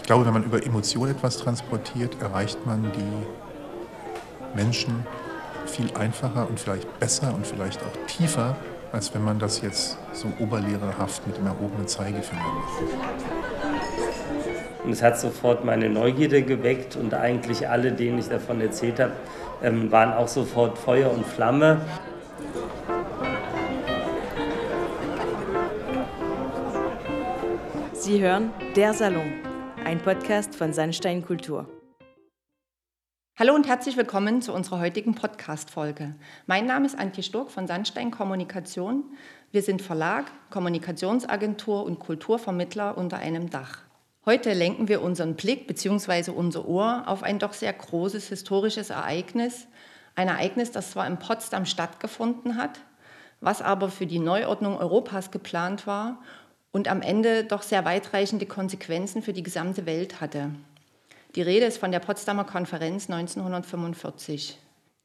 glaube, wenn man über Emotionen etwas transportiert, erreicht man die Menschen viel einfacher und vielleicht besser und vielleicht auch tiefer, als wenn man das jetzt so oberlehrerhaft mit dem erhobenen Zeigefinger macht. Und es hat sofort meine Neugierde geweckt und eigentlich alle, denen ich davon erzählt habe, waren auch sofort Feuer und Flamme. Sie hören Der Salon, ein Podcast von Sandstein Kultur. Hallo und herzlich willkommen zu unserer heutigen Podcast-Folge. Mein Name ist Antje Sturck von Sandstein Kommunikation. Wir sind Verlag, Kommunikationsagentur und Kulturvermittler unter einem Dach. Heute lenken wir unseren Blick bzw. unser Ohr auf ein doch sehr großes historisches Ereignis. Ein Ereignis, das zwar in Potsdam stattgefunden hat, was aber für die Neuordnung Europas geplant war und am Ende doch sehr weitreichende Konsequenzen für die gesamte Welt hatte. Die Rede ist von der Potsdamer Konferenz 1945.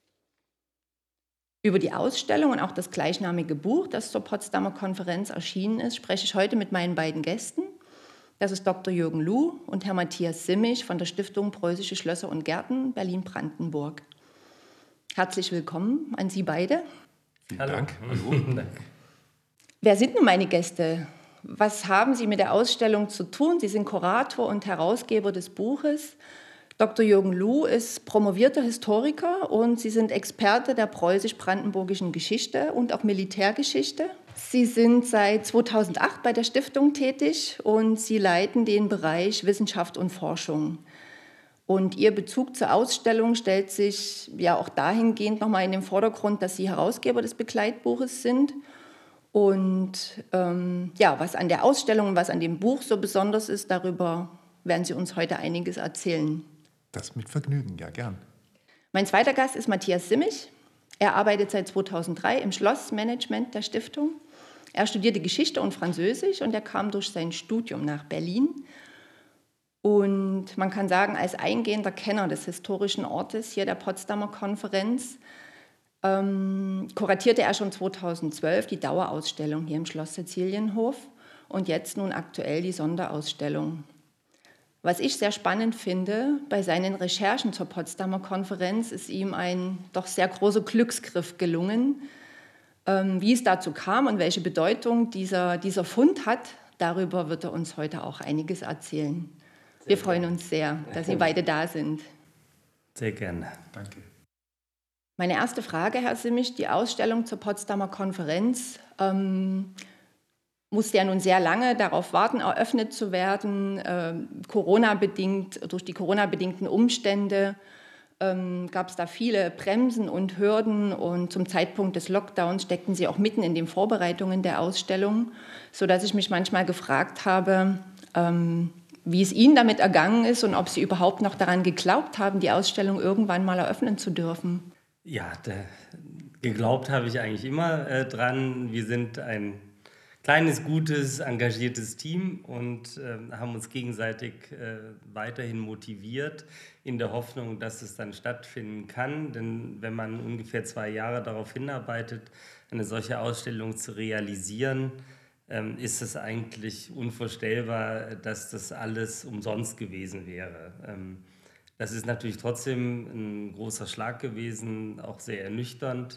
Über die Ausstellung und auch das gleichnamige Buch, das zur Potsdamer Konferenz erschienen ist, spreche ich heute mit meinen beiden Gästen. Das ist Dr. Jürgen Luh und Herr Matthias Simmich von der Stiftung Preußische Schlösser und Gärten Berlin-Brandenburg. Herzlich willkommen an Sie beide. Vielen Dank. Hallo. Wer sind nun meine Gäste? Was haben Sie mit der Ausstellung zu tun? Sie sind Kurator und Herausgeber des Buches. Dr. Jürgen Luh ist promovierter Historiker und Sie sind Experte der preußisch-brandenburgischen Geschichte und auch Militärgeschichte. Sie sind seit 2008 bei der Stiftung tätig und Sie leiten den Bereich Wissenschaft und Forschung. Und Ihr Bezug zur Ausstellung stellt sich ja auch dahingehend nochmal in den Vordergrund, dass Sie Herausgeber des Begleitbuches sind. Und was an der Ausstellung und was an dem Buch so besonders ist, darüber werden Sie uns heute einiges erzählen. Das mit Vergnügen, ja, gern. Mein zweiter Gast ist Matthias Simmich. Er arbeitet seit 2003 im Schlossmanagement der Stiftung. Er studierte Geschichte und Französisch und er kam durch sein Studium nach Berlin. Und man kann sagen, als eingehender Kenner des historischen Ortes hier der Potsdamer Konferenz kuratierte er schon 2012 die Dauerausstellung hier im Schloss Cäcilienhof und jetzt nun aktuell die Sonderausstellung. Was ich sehr spannend finde, bei seinen Recherchen zur Potsdamer Konferenz ist ihm ein doch sehr großer Glücksgriff gelungen. Wie es dazu kam und welche Bedeutung dieser Fund hat, darüber wird er uns heute auch einiges erzählen. Wir freuen uns sehr, dass Sie beide da sind. Sehr gerne. Danke. Meine erste Frage, Herr Simmich, die Ausstellung zur Potsdamer Konferenz musste ja nun sehr lange darauf warten, eröffnet zu werden. Durch die Corona-bedingten Umstände gab es da viele Bremsen und Hürden und zum Zeitpunkt des Lockdowns steckten Sie auch mitten in den Vorbereitungen der Ausstellung, sodass ich mich manchmal gefragt habe, wie es Ihnen damit ergangen ist und ob Sie überhaupt noch daran geglaubt haben, die Ausstellung irgendwann mal eröffnen zu dürfen. Ja, geglaubt habe ich eigentlich immer dran. Wir sind ein kleines, gutes, engagiertes Team und haben uns gegenseitig weiterhin motiviert in der Hoffnung, dass es dann stattfinden kann. Denn wenn man ungefähr 2 Jahre darauf hinarbeitet, eine solche Ausstellung zu realisieren, ist es eigentlich unvorstellbar, dass das alles umsonst gewesen wäre. Das ist natürlich trotzdem ein großer Schlag gewesen, auch sehr ernüchternd,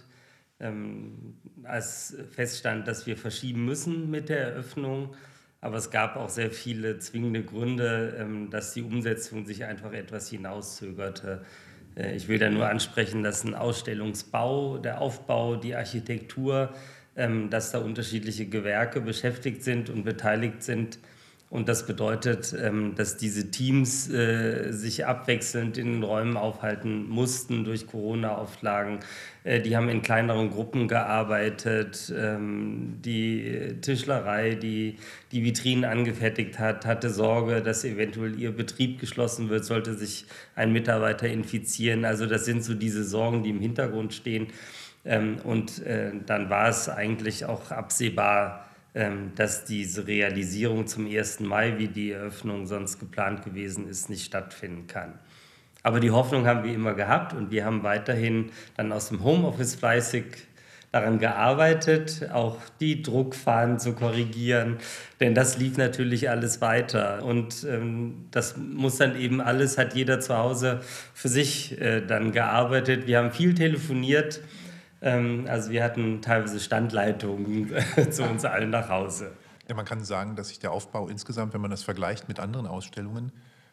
als feststand, dass wir verschieben müssen mit der Eröffnung. Aber es gab auch sehr viele zwingende Gründe, dass die Umsetzung sich einfach etwas hinauszögerte. Ich will da nur ansprechen, dass ein Ausstellungsbau, der Aufbau, die Architektur, dass da unterschiedliche Gewerke beschäftigt sind und beteiligt sind. Und das bedeutet, dass diese Teams sich abwechselnd in den Räumen aufhalten mussten durch Corona-Auflagen. Die haben in kleineren Gruppen gearbeitet. Die Tischlerei, die die Vitrinen angefertigt hat, hatte Sorge, dass eventuell ihr Betrieb geschlossen wird, sollte sich ein Mitarbeiter infizieren. Also das sind so diese Sorgen, die im Hintergrund stehen. Dann war es eigentlich auch absehbar, dass diese Realisierung zum 1. Mai, wie die Eröffnung sonst geplant gewesen ist, nicht stattfinden kann. Aber die Hoffnung haben wir immer gehabt und wir haben weiterhin dann aus dem Homeoffice fleißig daran gearbeitet, auch die Druckfahnen zu korrigieren, denn das lief natürlich alles weiter und das muss dann eben alles, hat jeder zu Hause für sich dann gearbeitet. Wir haben viel telefoniert, also wir hatten teilweise Standleitungen zu uns allen nach Hause. Ja, man kann sagen, dass sich der Aufbau insgesamt, wenn man das vergleicht mit anderen Ausstellungen,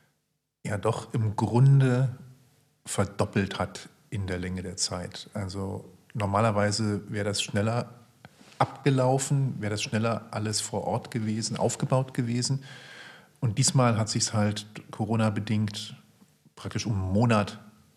ja doch im Grunde verdoppelt hat in der Länge der Zeit. Also normalerweise wäre das schneller abgelaufen, wäre das schneller alles vor Ort gewesen, aufgebaut gewesen. Und diesmal hat sich es halt Corona-bedingt praktisch um einen Monat,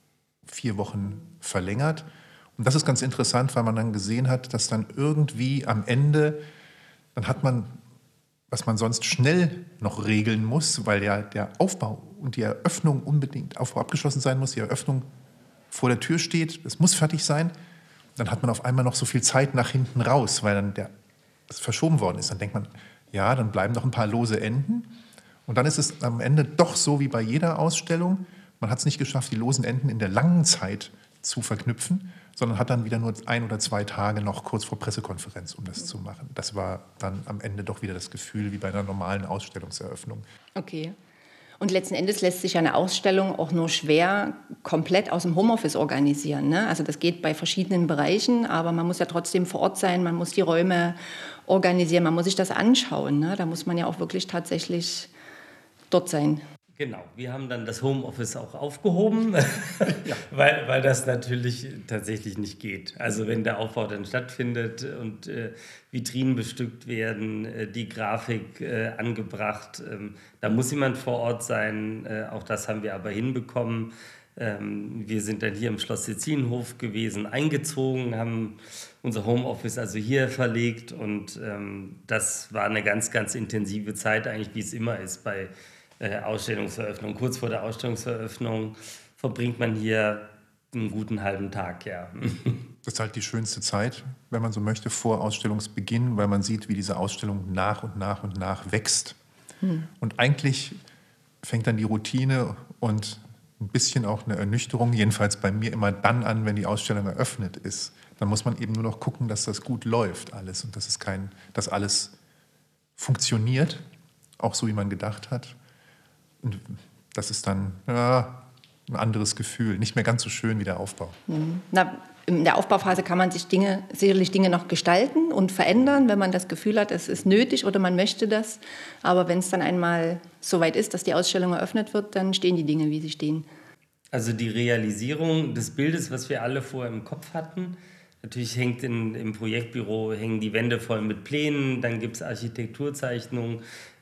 4 Wochen verlängert. Und das ist ganz interessant, weil man dann gesehen hat, dass dann irgendwie am Ende, dann hat man, was man sonst schnell noch regeln muss, weil ja der Aufbau und die Eröffnung unbedingt, Aufbau abgeschlossen sein muss, die Eröffnung vor der Tür steht, es muss fertig sein. Dann hat man auf einmal noch so viel Zeit nach hinten raus, weil dann das verschoben worden ist. Dann denkt man, ja, dann bleiben noch ein paar lose Enden. Und dann ist es am Ende doch so wie bei jeder Ausstellung. Man hat es nicht geschafft, die losen Enden in der langen Zeit zu verknüpfen, sondern hat dann wieder nur 1 oder 2 Tage noch kurz vor Pressekonferenz, um das zu machen. Das war dann am Ende doch wieder das Gefühl wie bei einer normalen Ausstellungseröffnung. Okay. Und letzten Endes lässt sich eine Ausstellung auch nur schwer komplett aus dem Homeoffice organisieren, ne? Also das geht bei verschiedenen Bereichen, aber man muss ja trotzdem vor Ort sein, man muss die Räume organisieren, man muss sich das anschauen, ne? Da muss man ja auch wirklich tatsächlich dort sein. Genau, wir haben dann das Homeoffice auch aufgehoben, weil das natürlich tatsächlich nicht geht. Also wenn der Aufbau dann stattfindet und Vitrinen bestückt werden, die Grafik angebracht, da muss jemand vor Ort sein. Auch das haben wir aber hinbekommen. Wir sind dann hier im Schloss Sizilienhof gewesen, eingezogen, haben unser Homeoffice also hier verlegt und das war eine ganz, ganz intensive Zeit, eigentlich wie es immer ist bei Ausstellungseröffnung. Kurz vor der Ausstellungseröffnung verbringt man hier einen guten halben Tag, ja. Das ist halt die schönste Zeit, wenn man so möchte, vor Ausstellungsbeginn, weil man sieht, wie diese Ausstellung nach und nach und nach wächst. Und eigentlich fängt dann die Routine und ein bisschen auch eine Ernüchterung, jedenfalls bei mir immer dann an, wenn die Ausstellung eröffnet ist. Dann muss man eben nur noch gucken, dass das gut läuft alles und dass alles funktioniert, auch so, wie man gedacht hat. Und das ist dann ein anderes Gefühl, nicht mehr ganz so schön wie der Aufbau. Na, in der Aufbauphase kann man sich sicherlich Dinge noch gestalten und verändern, wenn man das Gefühl hat, es ist nötig oder man möchte das. Aber wenn es dann einmal so weit ist, dass die Ausstellung eröffnet wird, dann stehen die Dinge, wie sie stehen. Also die Realisierung des Bildes, was wir alle vorher im Kopf hatten, natürlich hängt im Projektbüro hängen die Wände voll mit Plänen, dann gibt es Architekturzeichnungen,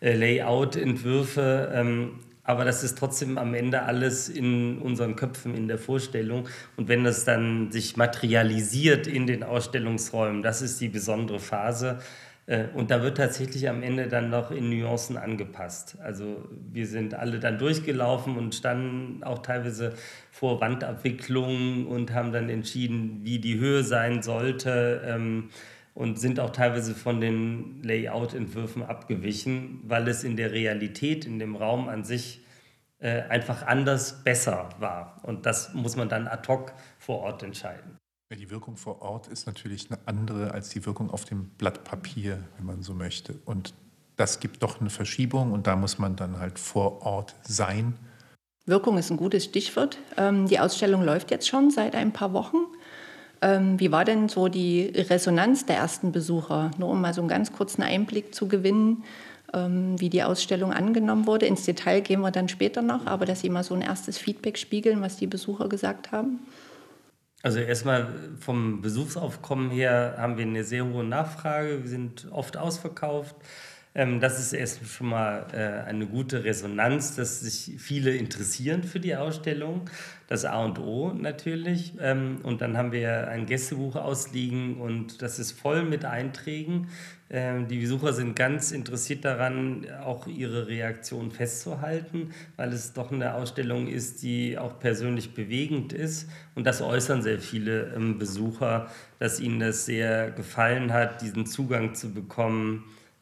Layout-Entwürfe, aber das ist trotzdem am Ende alles in unseren Köpfen, in der Vorstellung. Und wenn das dann sich materialisiert in den Ausstellungsräumen, das ist die besondere Phase. Und da wird tatsächlich am Ende dann noch in Nuancen angepasst. Also wir sind alle dann durchgelaufen und standen auch teilweise vor Wandabwicklungen und haben dann entschieden, wie die Höhe sein sollte und sind auch teilweise von den Layout-Entwürfen abgewichen, weil es in der Realität, in dem Raum an sich einfach anders besser war. Und das muss man dann ad hoc vor Ort entscheiden. Ja, die Wirkung vor Ort ist natürlich eine andere als die Wirkung auf dem Blatt Papier, wenn man so möchte. Und das gibt doch eine Verschiebung und da muss man dann halt vor Ort sein. Wirkung ist ein gutes Stichwort. Die Ausstellung läuft jetzt schon seit ein paar Wochen. Wie war denn so die Resonanz der ersten Besucher? Nur um mal so einen ganz kurzen Einblick zu gewinnen, wie die Ausstellung angenommen wurde. Ins Detail gehen wir dann später noch, aber dass Sie mal so ein erstes Feedback spiegeln, was die Besucher gesagt haben. Also erstmal vom Besuchsaufkommen her haben wir eine sehr hohe Nachfrage. Wir sind oft ausverkauft. Das ist erst schon mal eine gute Resonanz, dass sich viele interessieren für die Ausstellung. Das A und O natürlich. Und dann haben wir ein Gästebuch ausliegen und das ist voll mit Einträgen. Die Besucher sind ganz interessiert daran, auch ihre Reaktion festzuhalten, weil es doch eine Ausstellung ist, die auch persönlich bewegend ist. Und das äußern sehr viele Besucher, dass ihnen das sehr gefallen hat, diesen Zugang zu bekommen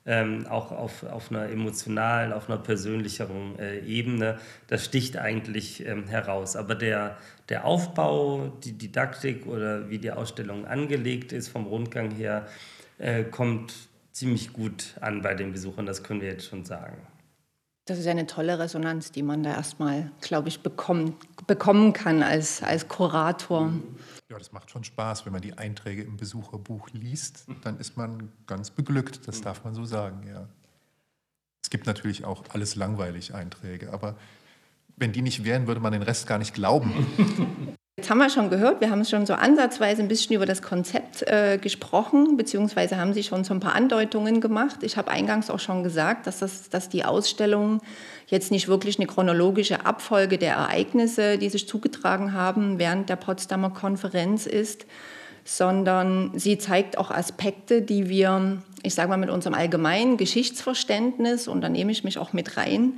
auch auf einer emotionalen, auf einer persönlicheren Ebene. Das sticht eigentlich heraus. Aber der Aufbau, die Didaktik oder wie die Ausstellung angelegt ist vom Rundgang her, kommt ziemlich gut an bei den Besuchern, das können wir jetzt schon sagen. Das ist eine tolle Resonanz, die man da erstmal, glaube ich, bekommen kann als Kurator. Ja, das macht schon Spaß, wenn man die Einträge im Besucherbuch liest, dann ist man ganz beglückt, das darf man so sagen, ja. Es gibt natürlich auch alles langweilig Einträge, aber wenn die nicht wären, würde man den Rest gar nicht glauben. Jetzt haben wir schon gehört, wir haben schon so ansatzweise ein bisschen über das Konzept gesprochen, beziehungsweise haben Sie schon so ein paar Andeutungen gemacht. Ich habe eingangs auch schon gesagt, dass die Ausstellung jetzt nicht wirklich eine chronologische Abfolge der Ereignisse, die sich zugetragen haben, während der Potsdamer Konferenz ist, sondern sie zeigt auch Aspekte, die wir, ich sage mal, mit unserem allgemeinen Geschichtsverständnis, und da nehme ich mich auch mit rein,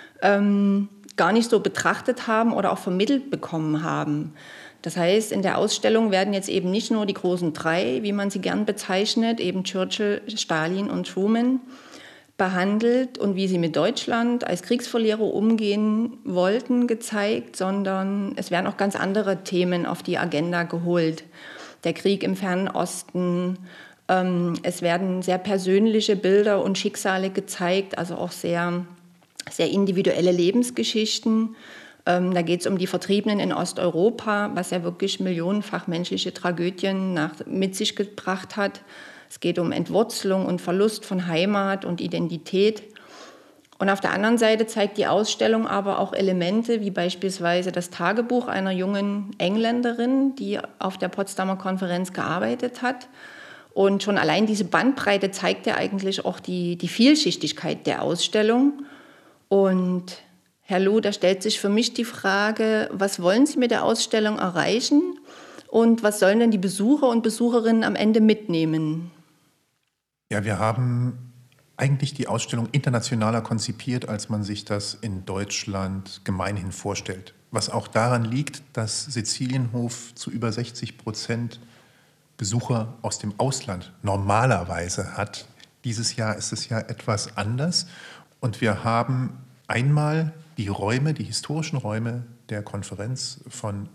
gar nicht so betrachtet haben oder auch vermittelt bekommen haben. Das heißt, in der Ausstellung werden jetzt eben nicht nur die großen drei, wie man sie gern bezeichnet, eben Churchill, Stalin und Truman, behandelt und wie sie mit Deutschland als Kriegsverlierer umgehen wollten, gezeigt, sondern es werden auch ganz andere Themen auf die Agenda geholt. Der Krieg im Fernen Osten, es werden sehr persönliche Bilder und Schicksale gezeigt, also auch sehr individuelle Lebensgeschichten. Da geht es um die Vertriebenen in Osteuropa, was ja wirklich millionenfach menschliche Tragödien mit sich gebracht hat. Es geht um Entwurzelung und Verlust von Heimat und Identität. Und auf der anderen Seite zeigt die Ausstellung aber auch Elemente wie beispielsweise das Tagebuch einer jungen Engländerin, die auf der Potsdamer Konferenz gearbeitet hat. Und schon allein diese Bandbreite zeigt ja eigentlich auch die Vielschichtigkeit der Ausstellung. Und Herr Lu, da stellt sich für mich die Frage, was wollen Sie mit der Ausstellung erreichen und was sollen denn die Besucher und Besucherinnen am Ende mitnehmen? Ja, wir haben eigentlich die Ausstellung internationaler konzipiert, als man sich das in Deutschland gemeinhin vorstellt. Was auch daran liegt, dass Sizilienhof zu über 60% Besucher aus dem Ausland normalerweise hat. Dieses Jahr ist es ja etwas anders. Und wir haben einmal die historischen Räume der Konferenz von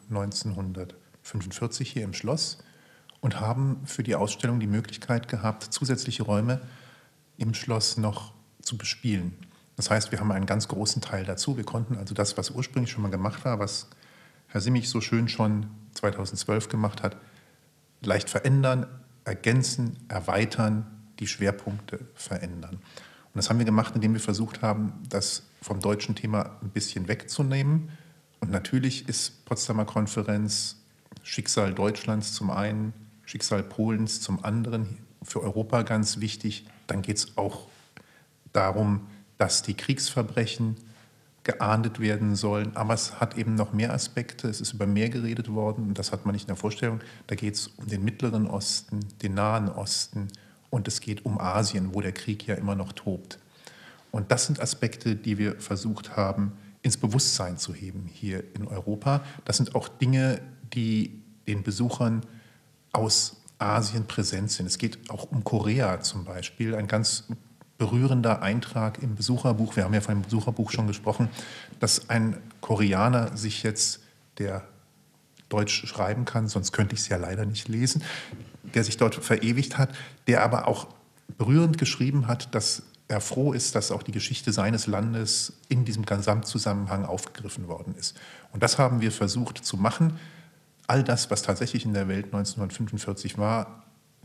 1945 hier im Schloss und haben für die Ausstellung die Möglichkeit gehabt, zusätzliche Räume im Schloss noch zu bespielen. Das heißt, wir haben einen ganz großen Teil dazu. Wir konnten also das, was ursprünglich schon mal gemacht war, was Herr Simmig so schön schon 2012 gemacht hat, leicht verändern, ergänzen, erweitern, die Schwerpunkte verändern. Und das haben wir gemacht, indem wir versucht haben, das vom deutschen Thema ein bisschen wegzunehmen. Und natürlich ist Potsdamer Konferenz Schicksal Deutschlands zum einen, Schicksal Polens zum anderen, für Europa ganz wichtig. Dann geht es auch darum, dass die Kriegsverbrechen geahndet werden sollen. Aber es hat eben noch mehr Aspekte. Es ist über mehr geredet worden. Und das hat man nicht in der Vorstellung. Da geht es um den Mittleren Osten, den Nahen Osten. Und es geht um Asien, wo der Krieg ja immer noch tobt. Und das sind Aspekte, die wir versucht haben, ins Bewusstsein zu heben hier in Europa. Das sind auch Dinge, die den Besuchern aus Asien präsent sind. Es geht auch um Korea zum Beispiel, ein ganz berührender Eintrag im Besucherbuch. Wir haben ja von dem Besucherbuch schon gesprochen, dass ein Koreaner sich jetzt, der Deutsch schreiben kann, sonst könnte ich es ja leider nicht lesen, der sich dort verewigt hat, der aber auch berührend geschrieben hat, dass er froh ist, dass auch die Geschichte seines Landes in diesem Gesamtzusammenhang aufgegriffen worden ist. Und das haben wir versucht zu machen. All das, was tatsächlich in der Welt 1945 war,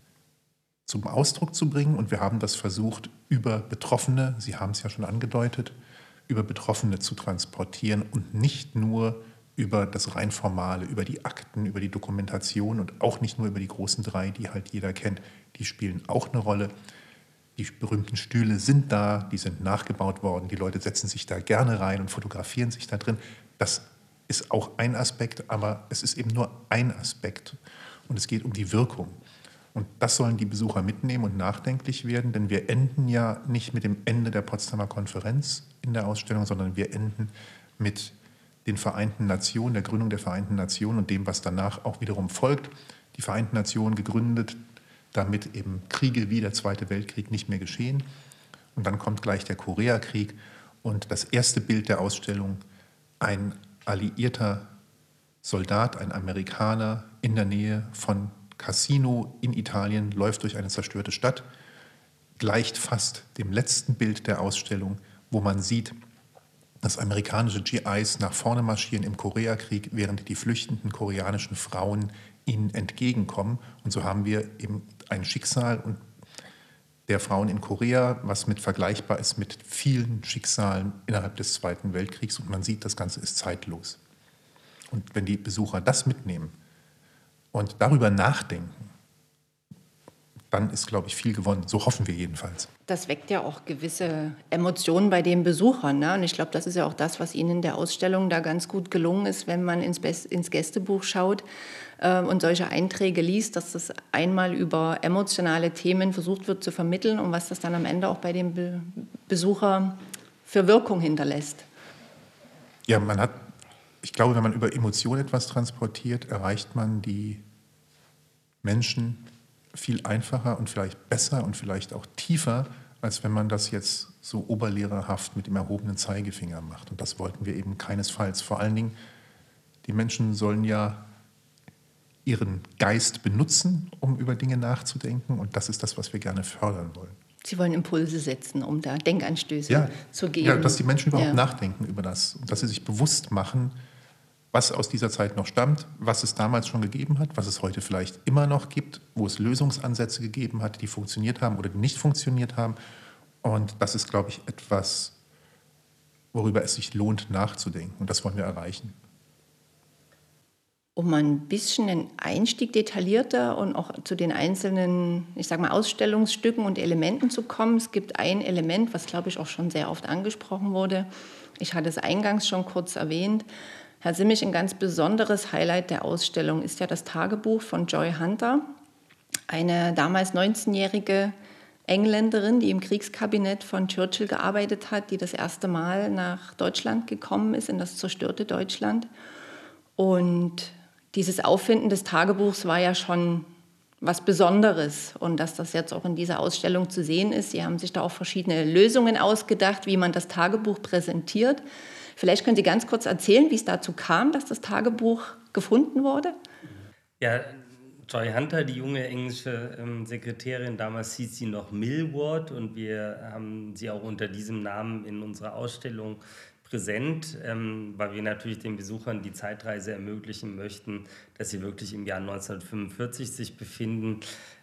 zum Ausdruck zu bringen. Und wir haben das versucht, über Betroffene, Sie haben es ja schon angedeutet, über Betroffene zu transportieren und nicht nur über das rein Formale, über die Akten, über die Dokumentation und auch nicht nur über die großen drei, die halt jeder kennt. Die spielen auch eine Rolle. Die berühmten Stühle sind da, die sind nachgebaut worden. Die Leute setzen sich da gerne rein und fotografieren sich da drin. Das ist auch ein Aspekt, aber es ist eben nur ein Aspekt. Und es geht um die Wirkung. Und das sollen die Besucher mitnehmen und nachdenklich werden, denn wir enden ja nicht mit dem Ende der Potsdamer Konferenz in der Ausstellung, sondern wir enden mit den Vereinten Nationen, der Gründung der Vereinten Nationen und dem, was danach auch wiederum folgt. Die Vereinten Nationen gegründet, damit eben Kriege wie der Zweite Weltkrieg nicht mehr geschehen. Und dann kommt gleich der Koreakrieg und das erste Bild der Ausstellung, ein alliierter Soldat, ein Amerikaner in der Nähe von Cassino in Italien, läuft durch eine zerstörte Stadt, gleicht fast dem letzten Bild der Ausstellung, wo man sieht, dass amerikanische GIs nach vorne marschieren im Koreakrieg, während die flüchtenden koreanischen Frauen ihnen entgegenkommen. Und so haben wir eben ein Schicksal der Frauen in Korea, was mit vergleichbar ist mit vielen Schicksalen innerhalb des Zweiten Weltkriegs. Und man sieht, das Ganze ist zeitlos. Und wenn die Besucher das mitnehmen und darüber nachdenken, dann ist, glaube ich, viel gewonnen. So hoffen wir jedenfalls. Das weckt ja auch gewisse Emotionen bei den Besuchern. Ne? Und ich glaube, das ist ja auch das, was Ihnen in der Ausstellung da ganz gut gelungen ist, wenn man ins Gästebuch schaut und solche Einträge liest, dass das einmal über emotionale Themen versucht wird zu vermitteln und was das dann am Ende auch bei den Besuchern für Wirkung hinterlässt. Ja, ich glaube, wenn man über Emotionen etwas transportiert, erreicht man die Menschen viel einfacher und vielleicht besser und vielleicht auch tiefer, als wenn man das jetzt so oberlehrerhaft mit dem erhobenen Zeigefinger macht. Und das wollten wir eben keinesfalls. Vor allen Dingen, die Menschen sollen ja ihren Geist benutzen, um über Dinge nachzudenken. Und das ist das, was wir gerne fördern wollen. Sie wollen Impulse setzen, um da Denkanstöße zu geben. Ja, dass die Menschen überhaupt nachdenken über das. Und dass sie sich bewusst machen, was aus dieser Zeit noch stammt, was es damals schon gegeben hat, was es heute vielleicht immer noch gibt, wo es Lösungsansätze gegeben hat, die funktioniert haben oder die nicht funktioniert haben. Und das ist, glaube ich, etwas, worüber es sich lohnt nachzudenken. Und das wollen wir erreichen. Um ein bisschen einen Einstieg detaillierter und auch zu den einzelnen, ich sage mal, Ausstellungsstücken und Elementen zu kommen. Es gibt ein Element, was, glaube ich, auch schon sehr oft angesprochen wurde. Ich hatte es eingangs schon kurz erwähnt. Herr Simmig, ein ganz besonderes Highlight der Ausstellung ist ja das Tagebuch von Joy Hunter, eine damals 19-jährige Engländerin, die im Kriegskabinett von Churchill gearbeitet hat, die das erste Mal nach Deutschland gekommen ist, in das zerstörte Deutschland. Und dieses Auffinden des Tagebuchs war ja schon was Besonderes. Und dass das jetzt auch in dieser Ausstellung zu sehen ist, Sie haben sich da auch verschiedene Lösungen ausgedacht, wie man das Tagebuch präsentiert. Vielleicht können Sie ganz kurz erzählen, wie es dazu kam, dass das Tagebuch gefunden wurde? Ja, Joy Hunter, die junge englische Sekretärin, damals hieß sie noch Millward und wir haben sie auch unter diesem Namen in unserer Ausstellung präsent, weil wir natürlich den Besuchern die Zeitreise ermöglichen möchten, dass sie wirklich im Jahr 1945 sich befinden.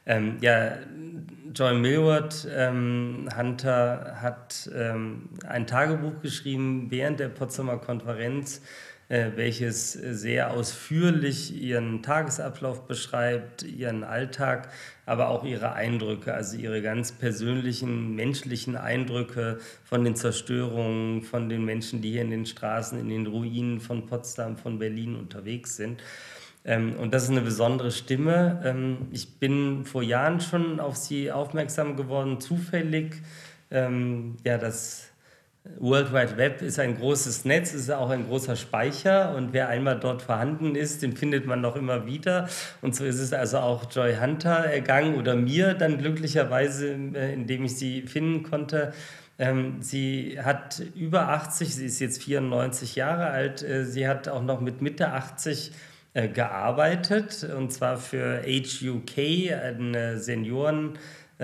Joy Millward Hunter hat ein Tagebuch geschrieben während der Potsdamer Konferenz, welches sehr ausführlich ihren Tagesablauf beschreibt, ihren Alltag, aber auch ihre Eindrücke, also ihre ganz persönlichen, menschlichen Eindrücke von den Zerstörungen, von den Menschen, die hier in den Straßen, in den Ruinen von Potsdam, von Berlin unterwegs sind. Und das ist eine besondere Stimme. Ich bin vor Jahren schon auf sie aufmerksam geworden, zufällig. Das World Wide Web ist ein großes Netz, ist auch ein großer Speicher und wer einmal dort vorhanden ist, den findet man noch immer wieder. Und so ist es also auch Joy Hunter ergangen oder mir dann glücklicherweise, indem ich sie finden konnte. Sie hat über 80, sie ist jetzt 94 Jahre alt, sie hat auch noch mit Mitte 80 gearbeitet und zwar für Age UK, eine Senioren-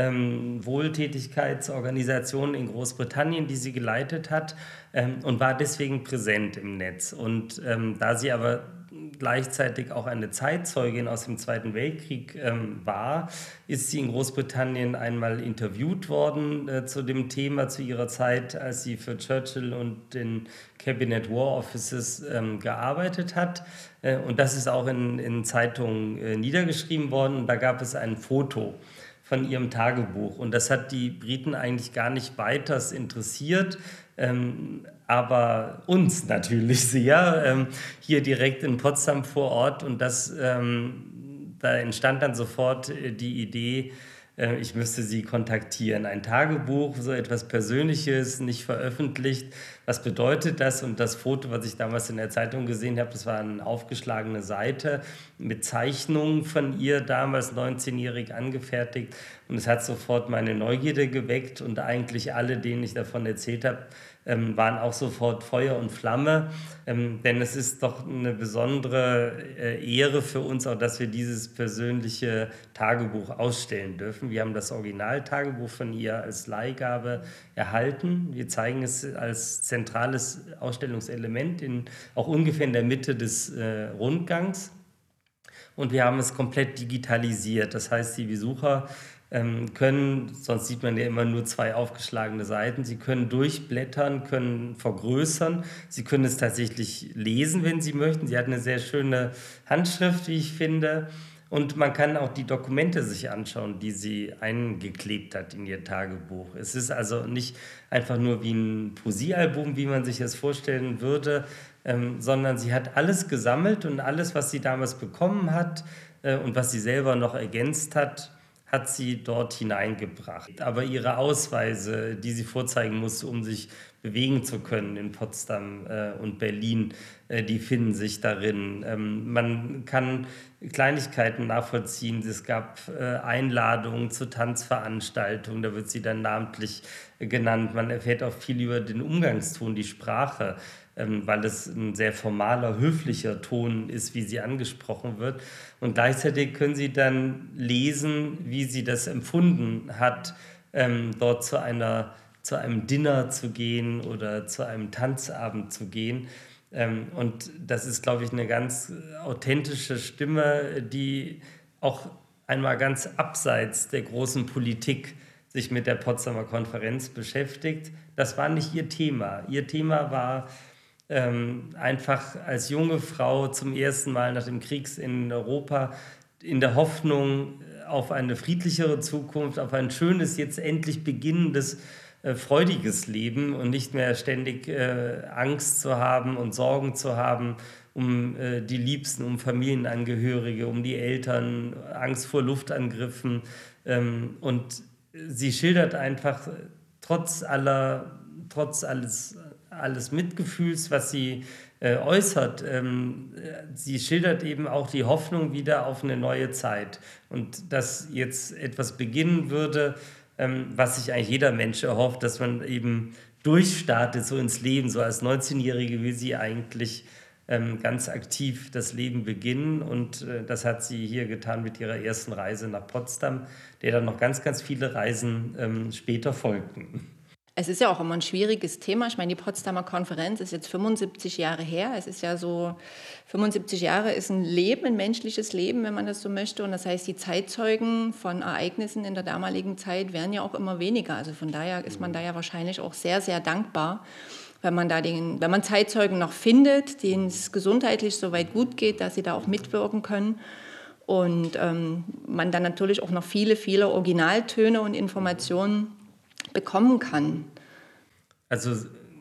Wohltätigkeitsorganisation in Großbritannien, die sie geleitet hat und war deswegen präsent im Netz. Und da sie aber gleichzeitig auch eine Zeitzeugin aus dem Zweiten Weltkrieg war, ist sie in Großbritannien einmal interviewt worden zu dem Thema, zu ihrer Zeit, als sie für Churchill und den Cabinet War Offices gearbeitet hat. Und das ist auch in Zeitungen niedergeschrieben worden. Und da gab es ein Foto von ihrem Tagebuch. Und das hat die Briten eigentlich gar nicht weiters interessiert, aber uns natürlich sehr, hier direkt in Potsdam vor Ort. Und da entstand dann sofort die Idee, ich müsste sie kontaktieren. Ein Tagebuch, so etwas Persönliches, nicht veröffentlicht. Was bedeutet das? Und das Foto, was ich damals in der Zeitung gesehen habe, das war eine aufgeschlagene Seite mit Zeichnungen von ihr, damals 19-jährig angefertigt. Und es hat sofort meine Neugierde geweckt und eigentlich alle, denen ich davon erzählt habe, waren auch sofort Feuer und Flamme, denn es ist doch eine besondere Ehre für uns auch, dass wir dieses persönliche Tagebuch ausstellen dürfen. Wir haben das Originaltagebuch von ihr als Leihgabe erhalten. Wir zeigen es als zentrales Ausstellungselement auch ungefähr in der Mitte des Rundgangs. Und wir haben es komplett digitalisiert. Das heißt, die Besucher können, sonst sieht man ja immer nur 2 aufgeschlagene Seiten, sie können durchblättern, können vergrößern, sie können es tatsächlich lesen, wenn sie möchten. Sie hat eine sehr schöne Handschrift, wie ich finde. Und man kann auch die Dokumente sich anschauen, die sie eingeklebt hat in ihr Tagebuch. Es ist also nicht einfach nur wie ein Poesiealbum, wie man sich es vorstellen würde, sondern sie hat alles gesammelt und alles, was sie damals bekommen hat und was sie selber noch ergänzt hat sie dort hineingebracht. Aber ihre Ausweise, die sie vorzeigen musste, um sich bewegen zu können in Potsdam und Berlin, die finden sich darin. Man kann Kleinigkeiten nachvollziehen. Es gab Einladungen zu Tanzveranstaltungen, da wird sie dann namentlich genannt. Man erfährt auch viel über den Umgangston, die Sprache, weil es ein sehr formaler, höflicher Ton ist, wie sie angesprochen wird. Und gleichzeitig können Sie dann lesen, wie sie das empfunden hat, dort zu einem Dinner zu gehen oder zu einem Tanzabend zu gehen. Und das ist, glaube ich, eine ganz authentische Stimme, die auch einmal ganz abseits der großen Politik sich mit der Potsdamer Konferenz beschäftigt. Das war nicht ihr Thema. Ihr Thema war einfach als junge Frau zum ersten Mal nach dem Kriegsende in Europa in der Hoffnung auf eine friedlichere Zukunft, auf ein schönes, jetzt endlich beginnendes, freudiges Leben und nicht mehr ständig Angst zu haben und Sorgen zu haben um die Liebsten, um Familienangehörige, um die Eltern, Angst vor Luftangriffen. Und sie schildert einfach trotz alles Mitgefühls, was sie äußert. Sie schildert eben auch die Hoffnung wieder auf eine neue Zeit und dass jetzt etwas beginnen würde, was sich eigentlich jeder Mensch erhofft, dass man eben durchstartet so ins Leben. So als 19-Jährige will sie eigentlich ganz aktiv das Leben beginnen und das hat sie hier getan mit ihrer ersten Reise nach Potsdam, der dann noch ganz, ganz viele Reisen später folgten. Es ist ja auch immer ein schwieriges Thema. Ich meine, die Potsdamer Konferenz ist jetzt 75 Jahre her. Es ist ja so, 75 Jahre ist ein Leben, ein menschliches Leben, wenn man das so möchte. Und das heißt, die Zeitzeugen von Ereignissen in der damaligen Zeit werden ja auch immer weniger. Also von daher ist man da ja wahrscheinlich auch sehr, sehr dankbar, wenn man Zeitzeugen noch findet, denen es gesundheitlich so weit gut geht, dass sie da auch mitwirken können. Und man dann natürlich auch noch viele, viele Originaltöne und Informationen bekommen kann. Also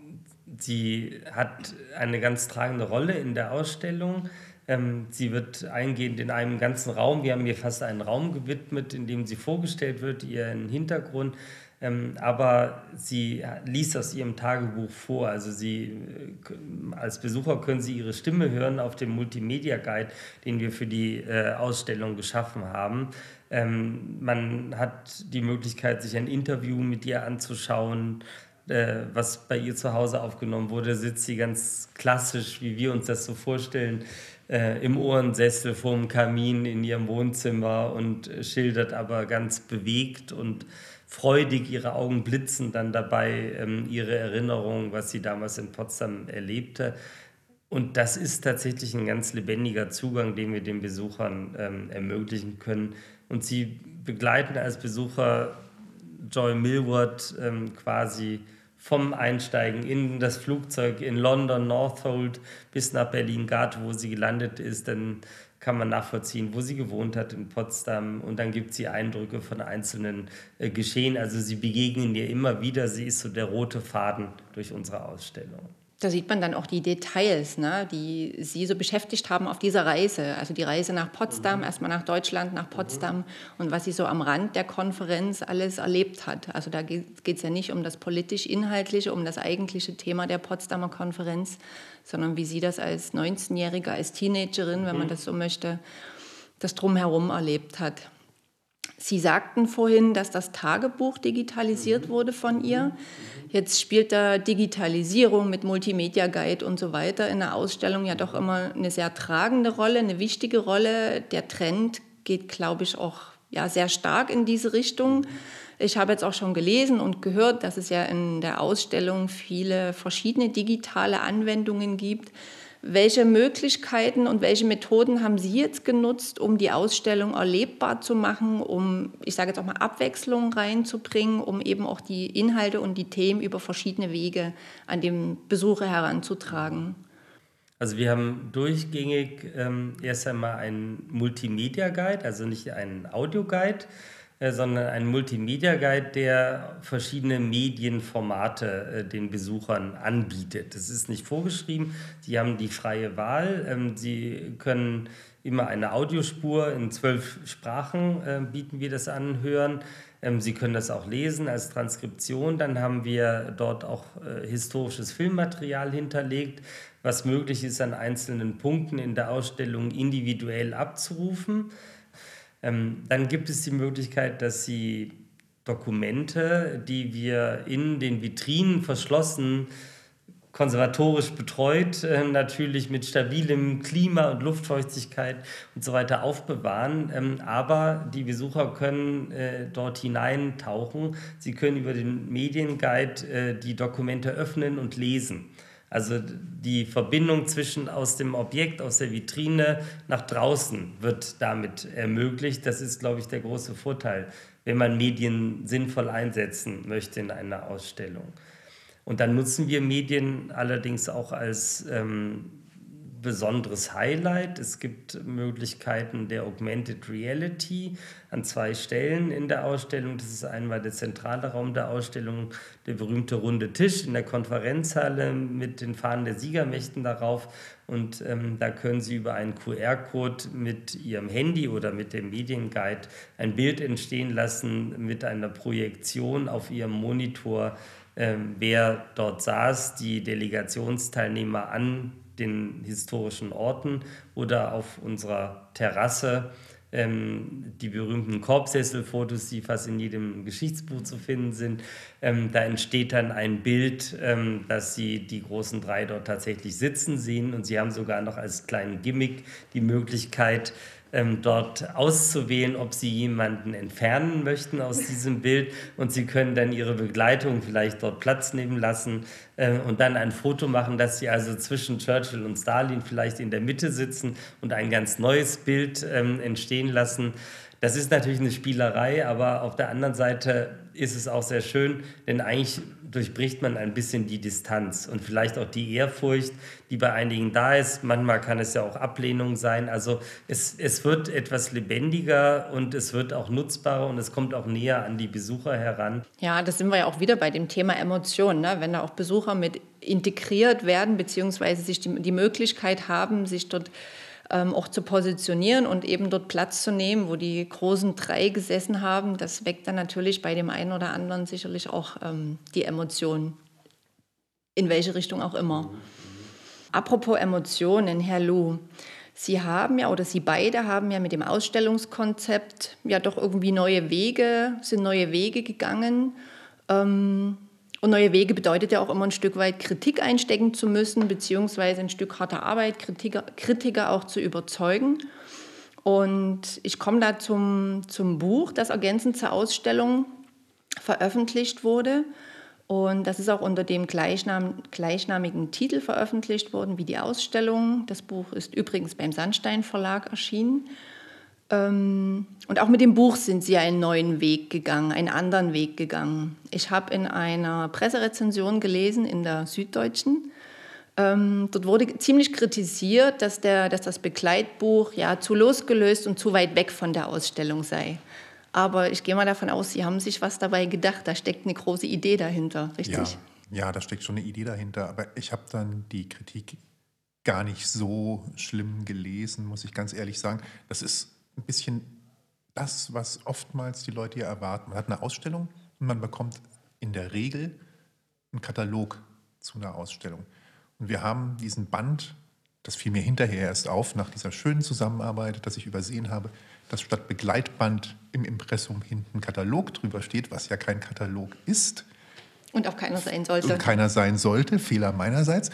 sie hat eine ganz tragende Rolle in der Ausstellung. Sie wird eingehend in einem ganzen Raum, wir haben ihr fast einen Raum gewidmet, in dem sie vorgestellt wird, ihren Hintergrund. Aber sie liest aus ihrem Tagebuch vor. Also als Besucher können Sie ihre Stimme hören auf dem Multimedia-Guide, den wir für die Ausstellung geschaffen haben. Man hat die Möglichkeit, sich ein Interview mit ihr anzuschauen, was bei ihr zu Hause aufgenommen wurde. Sitzt sie ganz klassisch, wie wir uns das so vorstellen, im Ohrensessel vorm Kamin in ihrem Wohnzimmer und schildert aber ganz bewegt und freudig, ihre Augen blitzen dann dabei, ihre Erinnerungen, was sie damals in Potsdam erlebte. Und das ist tatsächlich ein ganz lebendiger Zugang, den wir den Besuchern ermöglichen können. Und sie begleiten als Besucher Joy Millward quasi vom Einsteigen in das Flugzeug in London, Northolt bis nach Berlin-Gard, wo sie gelandet ist. Dann kann man nachvollziehen, wo sie gewohnt hat in Potsdam. Und dann gibt sie Eindrücke von einzelnen Geschehen. Also sie begegnen ihr immer wieder. Sie ist so der rote Faden durch unsere Ausstellung. Da sieht man dann auch die Details, ne, die Sie so beschäftigt haben auf dieser Reise. Also die Reise nach Potsdam, erstmal nach Deutschland, nach Potsdam und was sie so am Rand der Konferenz alles erlebt hat. Also da geht es ja nicht um das politisch-inhaltliche, um das eigentliche Thema der Potsdamer Konferenz, sondern wie sie das als 19-Jährige, als Teenagerin, wenn man das so möchte, das Drumherum erlebt hat. Sie sagten vorhin, dass das Tagebuch digitalisiert wurde von ihr. Jetzt spielt da Digitalisierung mit Multimedia Guide und so weiter in der Ausstellung ja doch immer eine sehr tragende Rolle, eine wichtige Rolle. Der Trend geht, glaube ich, auch sehr stark in diese Richtung. Ich habe jetzt auch schon gelesen und gehört, dass es ja in der Ausstellung viele verschiedene digitale Anwendungen gibt. Welche Möglichkeiten und welche Methoden haben Sie jetzt genutzt, um die Ausstellung erlebbar zu machen, um, ich sage jetzt auch mal, Abwechslung reinzubringen, um eben auch die Inhalte und die Themen über verschiedene Wege an den Besucher heranzutragen? Also wir haben durchgängig erst einmal einen Multimedia-Guide, also nicht einen Audio-Guide, sondern ein Multimedia-Guide, der verschiedene Medienformate den Besuchern anbietet. Das ist nicht vorgeschrieben, sie haben die freie Wahl. Sie können immer eine Audiospur in 12 Sprachen, bieten wir das an, hören. Sie können das auch lesen als Transkription. Dann haben wir dort auch historisches Filmmaterial hinterlegt, was möglich ist, an einzelnen Punkten in der Ausstellung individuell abzurufen. Dann gibt es die Möglichkeit, dass Sie Dokumente, die wir in den Vitrinen verschlossen, konservatorisch betreut, natürlich mit stabilem Klima und Luftfeuchtigkeit und so weiter aufbewahren. Aber die Besucher können dort hineintauchen. Sie können über den Medienguide die Dokumente öffnen und lesen. Also die Verbindung zwischen aus dem Objekt, aus der Vitrine nach draußen wird damit ermöglicht. Das ist, glaube ich, der große Vorteil, wenn man Medien sinnvoll einsetzen möchte in einer Ausstellung. Und dann nutzen wir Medien allerdings auch als besonderes Highlight. Es gibt Möglichkeiten der Augmented Reality an 2 Stellen in der Ausstellung. Das ist einmal der zentrale Raum der Ausstellung, der berühmte runde Tisch in der Konferenzhalle mit den Fahnen der Siegermächten darauf. Und da können Sie über einen QR-Code mit Ihrem Handy oder mit dem Medienguide ein Bild entstehen lassen mit einer Projektion auf Ihrem Monitor, wer dort saß, die Delegationsteilnehmer an den historischen Orten oder auf unserer Terrasse. Die berühmten Korbsesselfotos, die fast in jedem Geschichtsbuch zu finden sind. Da entsteht dann ein Bild, dass Sie die großen 3 dort tatsächlich sitzen sehen. Und Sie haben sogar noch als kleinen Gimmick die Möglichkeit, dort auszuwählen, ob Sie jemanden entfernen möchten aus diesem Bild, und Sie können dann Ihre Begleitung vielleicht dort Platz nehmen lassen und dann ein Foto machen, dass Sie also zwischen Churchill und Stalin vielleicht in der Mitte sitzen und ein ganz neues Bild entstehen lassen. Das ist natürlich eine Spielerei, aber auf der anderen Seite ist es auch sehr schön, denn eigentlich durchbricht man ein bisschen die Distanz und vielleicht auch die Ehrfurcht, die bei einigen da ist. Manchmal kann es ja auch Ablehnung sein. Also es wird etwas lebendiger und es wird auch nutzbarer und es kommt auch näher an die Besucher heran. Ja, das sind wir ja auch wieder bei dem Thema Emotionen, ne? Wenn da auch Besucher mit integriert werden, beziehungsweise sich die Möglichkeit haben, sich dort auch zu positionieren und eben dort Platz zu nehmen, wo die großen 3 gesessen haben, das weckt dann natürlich bei dem einen oder anderen sicherlich auch die Emotionen, in welche Richtung auch immer. Apropos Emotionen, Herr Lu, Sie beide haben ja mit dem Ausstellungskonzept ja doch irgendwie sind neue Wege gegangen. Und neue Wege bedeutet ja auch immer ein Stück weit Kritik einstecken zu müssen, beziehungsweise ein Stück harter Arbeit, Kritiker auch zu überzeugen. Und ich komme da zum Buch, das ergänzend zur Ausstellung veröffentlicht wurde. Und das ist auch unter dem gleichnamigen Titel veröffentlicht worden wie die Ausstellung. Das Buch ist übrigens beim Sandstein Verlag erschienen. Und auch mit dem Buch sind Sie einen neuen Weg gegangen, einen anderen Weg gegangen. Ich habe in einer Presserezension gelesen in der Süddeutschen, dort wurde ziemlich kritisiert, dass das Begleitbuch ja zu losgelöst und zu weit weg von der Ausstellung sei. Aber ich gehe mal davon aus, Sie haben sich was dabei gedacht, da steckt eine große Idee dahinter, richtig? Ja, da steckt schon eine Idee dahinter, aber ich habe dann die Kritik gar nicht so schlimm gelesen, muss ich ganz ehrlich sagen. Das ist ein bisschen das, was oftmals die Leute hier erwarten. Man hat eine Ausstellung und man bekommt in der Regel einen Katalog zu einer Ausstellung. Und wir haben diesen Band, das fiel mir hinterher erst auf, nach dieser schönen Zusammenarbeit, dass ich übersehen habe, dass statt Begleitband im Impressum hinten Katalog drüber steht, was ja kein Katalog ist Und auch keiner sein sollte. und keiner sein sollte, Fehler meinerseits,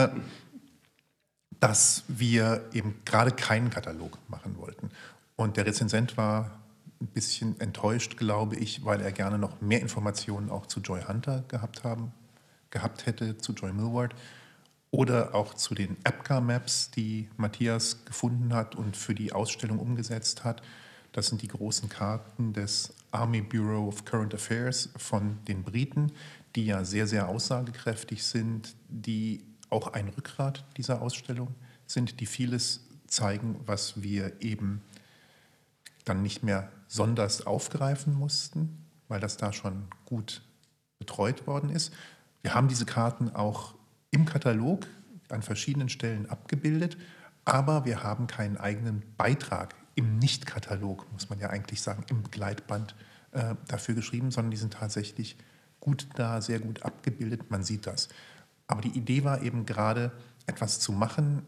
dass wir eben gerade keinen Katalog machen wollten. Und der Rezensent war ein bisschen enttäuscht, glaube ich, weil er gerne noch mehr Informationen auch zu Joy Hunter gehabt hätte, zu Joy Millward oder auch zu den APGAR-Maps, die Matthias gefunden hat und für die Ausstellung umgesetzt hat. Das sind die großen Karten des Army Bureau of Current Affairs von den Briten, die ja sehr, sehr aussagekräftig sind, die auch ein Rückgrat dieser Ausstellung sind, die vieles zeigen, was wir eben dann nicht mehr sonders aufgreifen mussten, weil das da schon gut betreut worden ist. Wir haben diese Karten auch im Katalog an verschiedenen Stellen abgebildet, aber wir haben keinen eigenen Beitrag im Nicht-Katalog, muss man ja eigentlich sagen, im Begleitband dafür geschrieben, sondern die sind tatsächlich gut da, sehr gut abgebildet, man sieht das. Aber die Idee war eben gerade, etwas zu machen,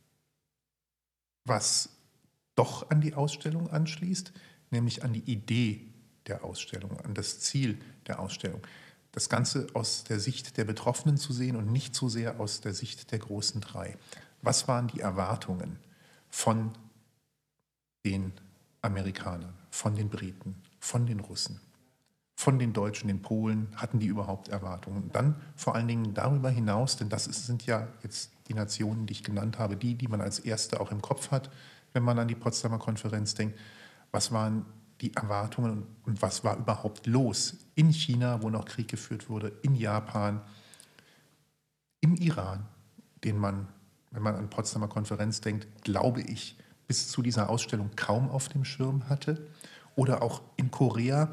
was doch an die Ausstellung anschließt, nämlich an die Idee der Ausstellung, an das Ziel der Ausstellung. Das Ganze aus der Sicht der Betroffenen zu sehen und nicht so sehr aus der Sicht der großen drei. Was waren die Erwartungen von den Amerikanern, von den Briten, von den Russen, von den Deutschen, den Polen? Hatten die überhaupt Erwartungen? Und dann vor allen Dingen darüber hinaus, denn sind ja jetzt die Nationen, die ich genannt habe, die man als erste auch im Kopf hat, wenn man an die Potsdamer Konferenz denkt. Was waren die Erwartungen und was war überhaupt los in China, wo noch Krieg geführt wurde, in Japan, im Iran, den man, wenn man an die Potsdamer Konferenz denkt, glaube ich, bis zu dieser Ausstellung kaum auf dem Schirm hatte, oder auch in Korea.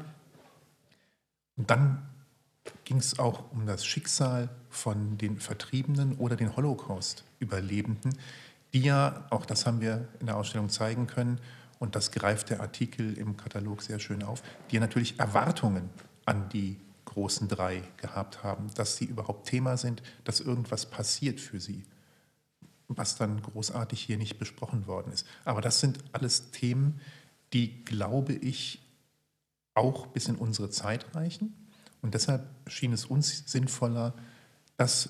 Und dann ging es auch um das Schicksal von den Vertriebenen oder den Holocaust-Überlebenden, die ja, auch das haben wir in der Ausstellung zeigen können, und das greift der Artikel im Katalog sehr schön auf, die ja natürlich Erwartungen an die großen drei gehabt haben, dass sie überhaupt Thema sind, dass irgendwas passiert für sie, was dann großartig hier nicht besprochen worden ist. Aber das sind alles Themen, die, glaube ich, auch bis in unsere Zeit reichen. Und deshalb schien es uns sinnvoller, das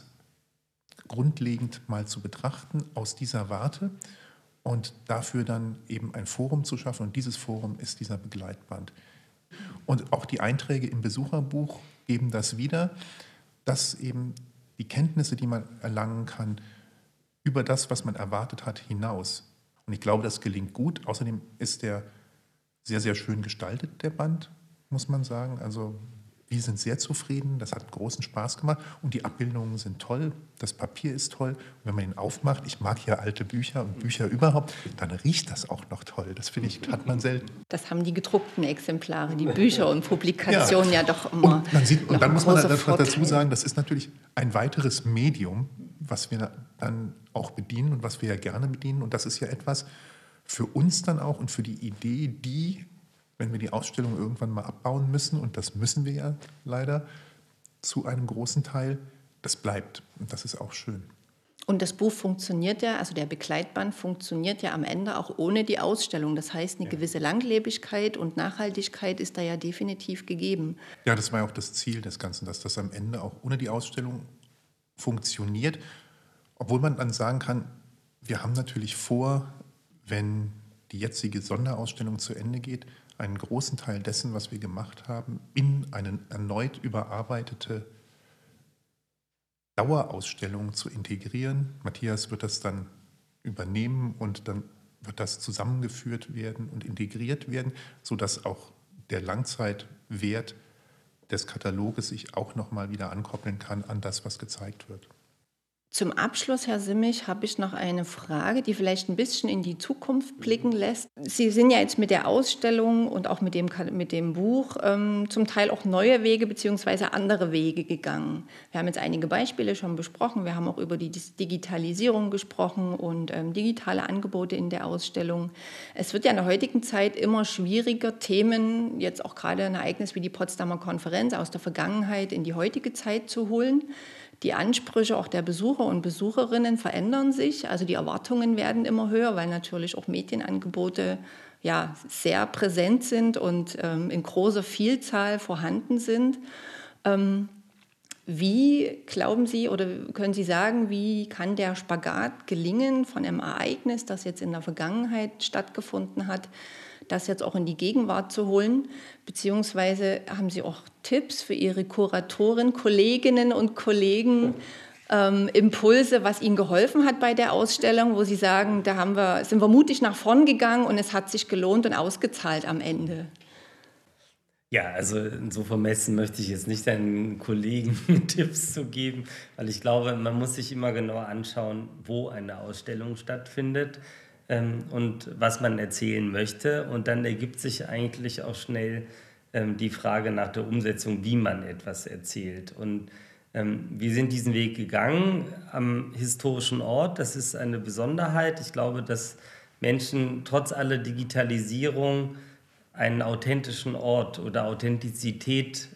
grundlegend mal zu betrachten aus dieser Warte und dafür dann eben ein Forum zu schaffen. Und dieses Forum ist dieser Begleitband. Und auch die Einträge im Besucherbuch geben das wieder, dass eben die Kenntnisse, die man erlangen kann, über das, was man erwartet hat, hinaus. Und ich glaube, das gelingt gut. Außerdem ist der sehr, sehr schön gestaltet, der Band, muss man sagen. Also wir sind sehr zufrieden, das hat großen Spaß gemacht und die Abbildungen sind toll, das Papier ist toll. Und wenn man ihn aufmacht, ich mag ja alte Bücher und Bücher überhaupt, dann riecht das auch noch toll. Das finde ich, hat man selten. Das haben die gedruckten Exemplare, die Bücher und Publikationen ja doch immer. Und dann muss man dazu sagen, das ist natürlich ein weiteres Medium, was wir dann auch bedienen und was wir ja gerne bedienen. Und das ist ja etwas für uns dann auch und für die Idee, die, wenn wir die Ausstellung irgendwann mal abbauen müssen, und das müssen wir ja leider zu einem großen Teil, das bleibt. Und das ist auch schön. Und das Buch funktioniert ja, also der Begleitband funktioniert ja am Ende auch ohne die Ausstellung. Das heißt, eine gewisse Langlebigkeit und Nachhaltigkeit ist da ja definitiv gegeben. Ja, das war ja auch das Ziel des Ganzen, dass das am Ende auch ohne die Ausstellung funktioniert. Obwohl man dann sagen kann, wir haben natürlich vor, wenn die jetzige Sonderausstellung zu Ende geht, einen großen Teil dessen, was wir gemacht haben, in eine erneut überarbeitete Dauerausstellung zu integrieren. Matthias wird das dann übernehmen und dann wird das zusammengeführt werden und integriert werden, sodass auch der Langzeitwert des Kataloges sich auch nochmal wieder ankoppeln kann an das, was gezeigt wird. Zum Abschluss, Herr Simmig, habe ich noch eine Frage, die vielleicht ein bisschen in die Zukunft blicken lässt. Sie sind ja jetzt mit der Ausstellung und auch mit dem Buch zum Teil auch neue Wege bzw. andere Wege gegangen. Wir haben jetzt einige Beispiele schon besprochen. Wir haben auch über die Digitalisierung gesprochen und digitale Angebote in der Ausstellung. Es wird ja in der heutigen Zeit immer schwieriger, Themen, jetzt auch gerade ein Ereignis wie die Potsdamer Konferenz aus der Vergangenheit in die heutige Zeit zu holen. Die Ansprüche auch der Besucher und Besucherinnen verändern sich, also die Erwartungen werden immer höher, weil natürlich auch Medienangebote ja sehr präsent sind und in großer Vielzahl vorhanden sind. Wie glauben Sie oder können Sie sagen, wie kann der Spagat gelingen von einem Ereignis, das jetzt in der Vergangenheit stattgefunden hat, das jetzt auch in die Gegenwart zu holen? Beziehungsweise haben Sie auch Tipps für Ihre Kuratoren, Kolleginnen und Kollegen, Impulse, was Ihnen geholfen hat bei der Ausstellung, wo Sie sagen, sind wir mutig nach vorn gegangen und es hat sich gelohnt und ausgezahlt am Ende? Ja, also so vermessen möchte ich jetzt nicht deinen Kollegen Tipps zu geben, weil ich glaube, man muss sich immer genau anschauen, wo eine Ausstellung stattfindet und was man erzählen möchte. Und dann ergibt sich eigentlich auch schnell die Frage nach der Umsetzung, wie man etwas erzählt. Und wir sind diesen Weg gegangen am historischen Ort. Das ist eine Besonderheit. Ich glaube, dass Menschen trotz aller Digitalisierung einen authentischen Ort oder Authentizität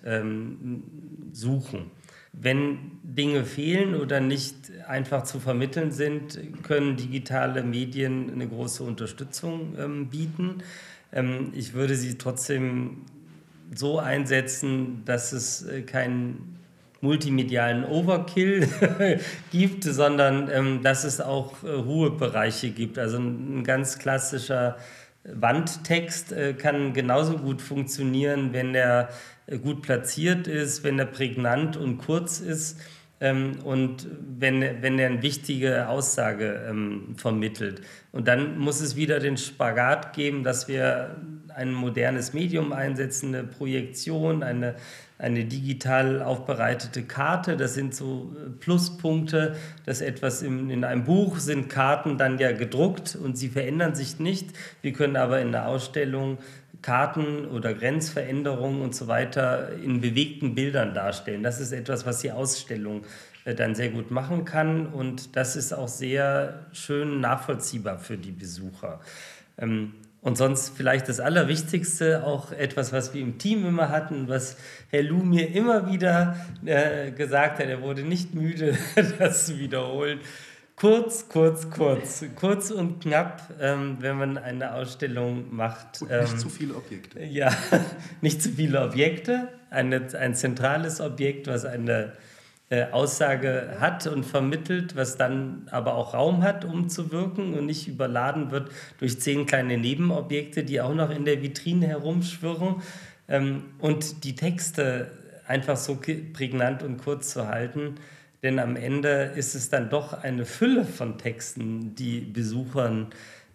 suchen. Wenn Dinge fehlen oder nicht einfach zu vermitteln sind, können digitale Medien eine große Unterstützung bieten. Ich würde sie trotzdem so einsetzen, dass es keinen multimedialen Overkill gibt, sondern dass es auch Ruhebereiche gibt. Also ein ganz klassischer Wandtext kann genauso gut funktionieren, wenn er gut platziert ist, wenn er prägnant und kurz ist und wenn er eine wichtige Aussage vermittelt. Und dann muss es wieder den Spagat geben, dass wir ein modernes Medium einsetzen, eine Projektion, eine digital aufbereitete Karte. Das sind so Pluspunkte, dass etwas in einem Buch sind Karten dann ja gedruckt und sie verändern sich nicht. Wir können aber in der Ausstellung Karten oder Grenzveränderungen und so weiter in bewegten Bildern darstellen. Das ist etwas, was die Ausstellung dann sehr gut machen kann und das ist auch sehr schön nachvollziehbar für die Besucher. Und sonst vielleicht das Allerwichtigste, auch etwas, was wir im Team immer hatten, was Herr Lu mir immer wieder gesagt hat, er wurde nicht müde, das zu wiederholen. Kurz und knapp, wenn man eine Ausstellung macht. Und nicht zu viele Objekte. Ja, nicht zu viele Objekte, ein zentrales Objekt, was eine Aussage hat und vermittelt, was dann aber auch Raum hat, um zu wirken und nicht überladen wird durch 10 kleine Nebenobjekte, die auch noch in der Vitrine herumschwirren. Und die Texte einfach so prägnant und kurz zu halten, denn am Ende ist es dann doch eine Fülle von Texten, die Besuchern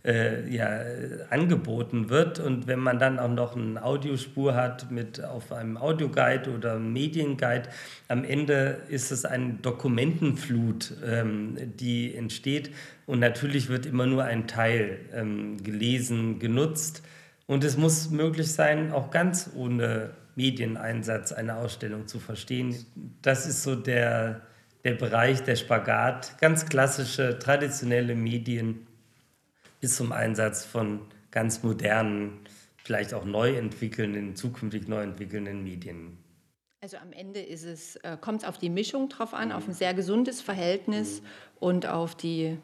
angeboten wird. Und wenn man dann auch noch eine Audiospur hat auf einem Audioguide oder einem Medienguide, am Ende ist es eine Dokumentenflut, die entsteht. Und natürlich wird immer nur ein Teil gelesen, genutzt. Und es muss möglich sein, auch ganz ohne Medieneinsatz eine Ausstellung zu verstehen. Das ist so der Bereich, der Spagat, ganz klassische, traditionelle Medien bis zum Einsatz von ganz modernen, vielleicht auch zukünftig neu entwickelnden Medien. Also am Ende kommt es auf die Mischung drauf an, auf ein sehr gesundes Verhältnis und auf die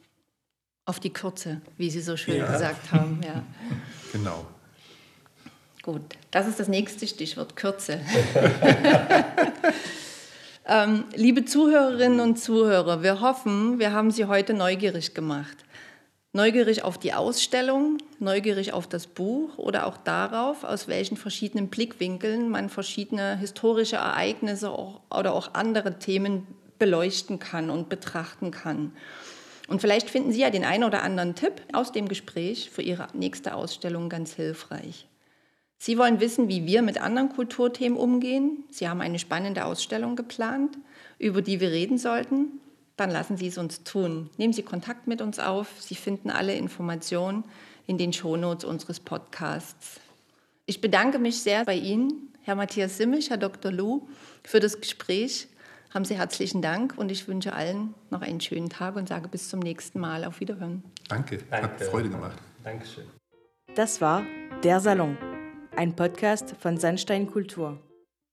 Kürze, wie Sie so schön gesagt haben. Ja. Genau. Gut, das ist das nächste Stichwort, Kürze. Liebe Zuhörerinnen und Zuhörer, wir hoffen, wir haben Sie heute neugierig gemacht. Neugierig auf die Ausstellung, neugierig auf das Buch oder auch darauf, aus welchen verschiedenen Blickwinkeln man verschiedene historische Ereignisse oder auch andere Themen beleuchten kann und betrachten kann. Und vielleicht finden Sie ja den einen oder anderen Tipp aus dem Gespräch für Ihre nächste Ausstellung ganz hilfreich. Sie wollen wissen, wie wir mit anderen Kulturthemen umgehen. Sie haben eine spannende Ausstellung geplant, über die wir reden sollten. dann lassen Sie es uns tun. Nehmen Sie Kontakt mit uns auf. Sie finden alle Informationen in den Shownotes unseres Podcasts. Ich bedanke mich sehr bei Ihnen, Herr Matthias Simmisch, Herr Dr. Lu, für das Gespräch. Haben Sie herzlichen Dank und ich wünsche allen noch einen schönen Tag und sage bis zum nächsten Mal. Auf Wiederhören. Danke, hat Freude gemacht. Dankeschön. Das war Der Salon, ein Podcast von Sandstein Kultur.